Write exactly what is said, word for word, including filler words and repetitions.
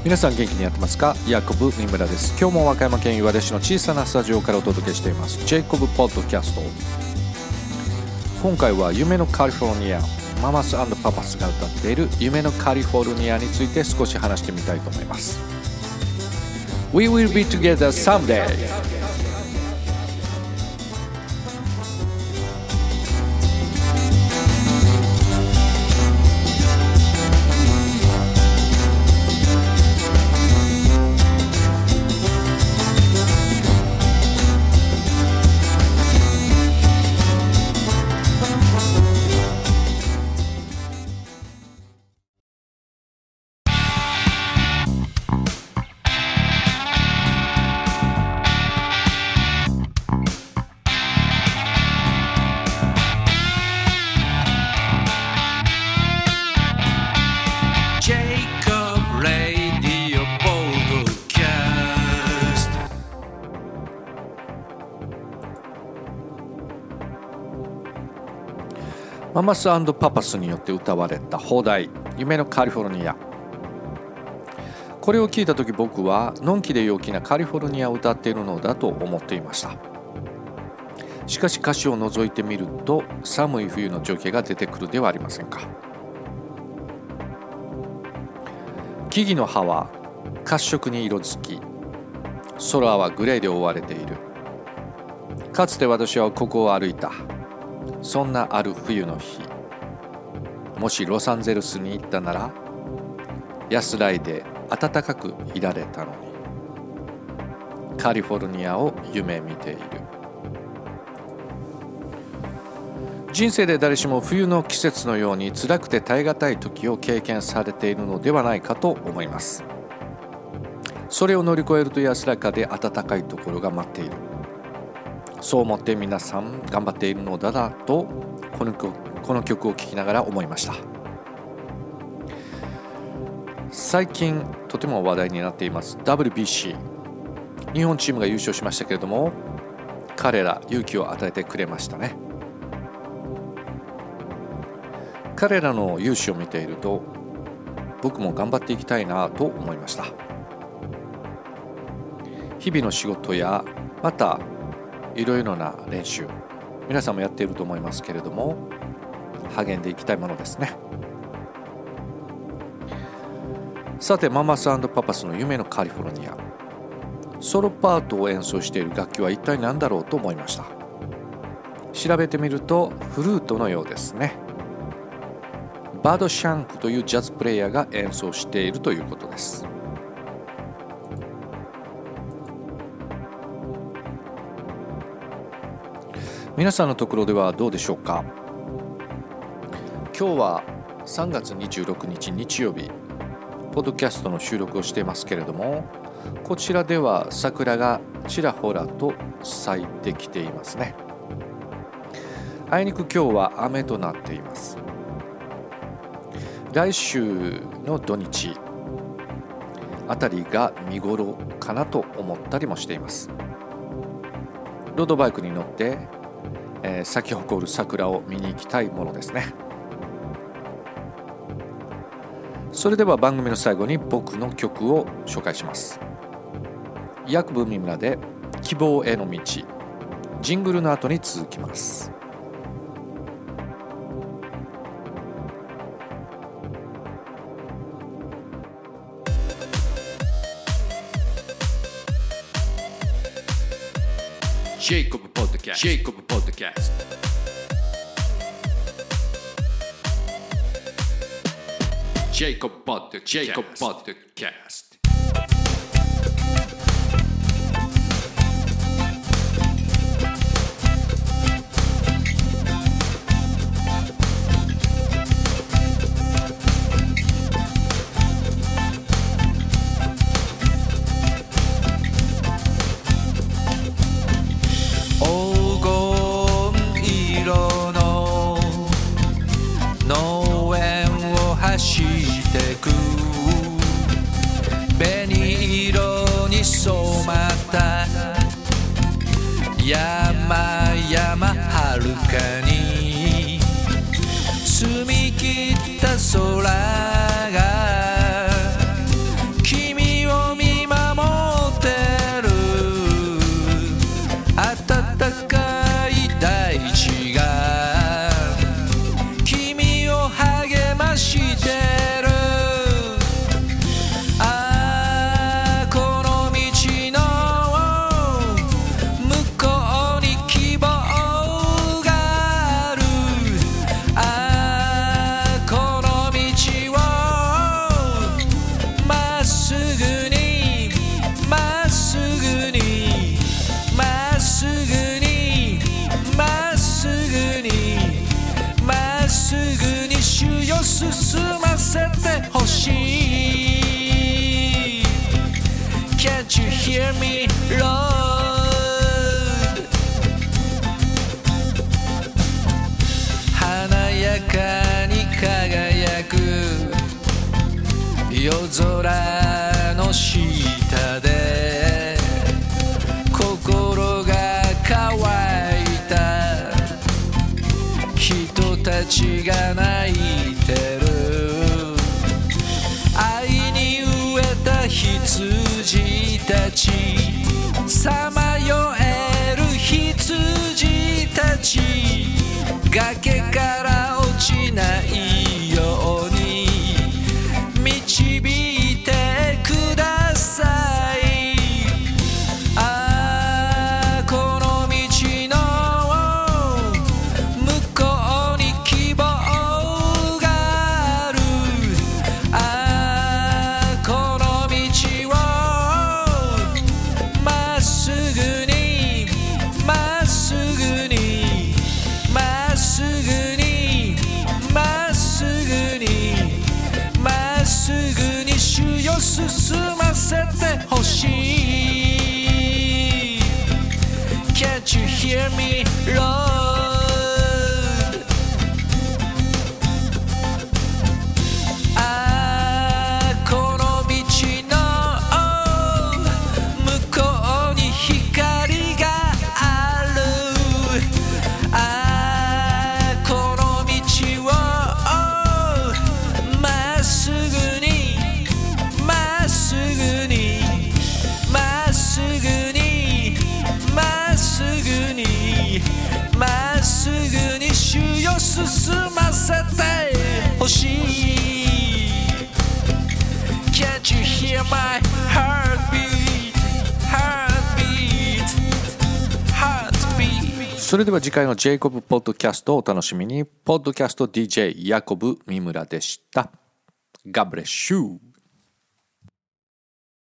皆さん元気にやってますか？ヤコブ・ニムラです。今日も和歌山県岩出市の小さなスタジオからお届けしていますジェイコブポッドキャスト。今回は夢のカリフォルニア、ママス&パパスが歌っている夢のカリフォルニアについて少し話してみたいと思います。 We will be together someday。ママス&パパスによって歌われた邦題夢のカリフォルニア。これを聞いた時僕はのんきで陽気なカリフォルニアを歌っているのだと思っていました。しかし歌詞を覗いてみると寒い冬の情景が出てくるではありませんか。木々の葉は褐色に色づき、空はグレーで覆われている。かつて私はここを歩いた。そんなある冬の日、もしロサンゼルスに行ったなら安らいで暖かくいられたのに、カリフォルニアを夢見ている。人生で誰しも冬の季節のように辛くて耐え難い時を経験されているのではないかと思います。それを乗り越えると安らかで暖かいところが待っている。そう思って皆さん頑張っているのだなとこの曲、この曲を聴きながら思いました。最近とても話題になっています ダブリュービーシー。 日本チームが優勝しましたけれども、彼ら勇気を与えてくれましたね。彼らの勇姿を見ていると僕も頑張っていきたいなと思いました。日々の仕事やまたいろいろな練習、皆さんもやっていると思いますけれども、励んでいきたいものですね。さて、ママス&パパスの夢のカリフォルニア、ソロパートを演奏している楽器は一体何だろうと思いました。調べてみるとフルートのようですね。バード・シャンクというジャズプレイヤーが演奏しているということです。皆さんのところではどうでしょうか。今日はさんがつにじゅうろくにち日曜日、ポッドキャストの収録をしていますけれども、こちらでは桜がちらほらと咲いてきていますね。あいにく今日は雨となっています。来週の土日あたりが見頃かなと思ったりもしています。ロードバイクに乗ってえー、咲き誇る桜を見に行きたいものですね。それでは番組の最後に僕の曲を紹介します。ヤコブ・ミムラで希望への道。ジングルの後に続きます。ジェイコブポッドキャスト。ジェイコブポッドキャスト。ジェイコブポッドキャスト。ジェイコブポッドキャスト。走ってく紅色に染まった山々はるかに澄み切った空が君 hear me, Lord? 華やかに輝く夜空の下で心が乾いた人たちが泣いてる愛に飢えた羊たちさまよえる羊たち崖から落ちないように導いてくださいああこの道の向こうに希望があるああこの道をまっすぐにまっすぐにまっすぐにまっすぐにまっすぐに主よ進ませてほしい Can't you hear me, Lord? ああこの道の向こうに光があるああこの道をまっすぐにまっすぐにまっすぐにまっすぐにまっすぐに主よ進ませてほしい Can't you hear my heartbeat heartbeat heartbeat それでは次回のジェイコブポッドキャストをお楽しみにポッドキャスト ディージェー ヤコブ三村でした God bless you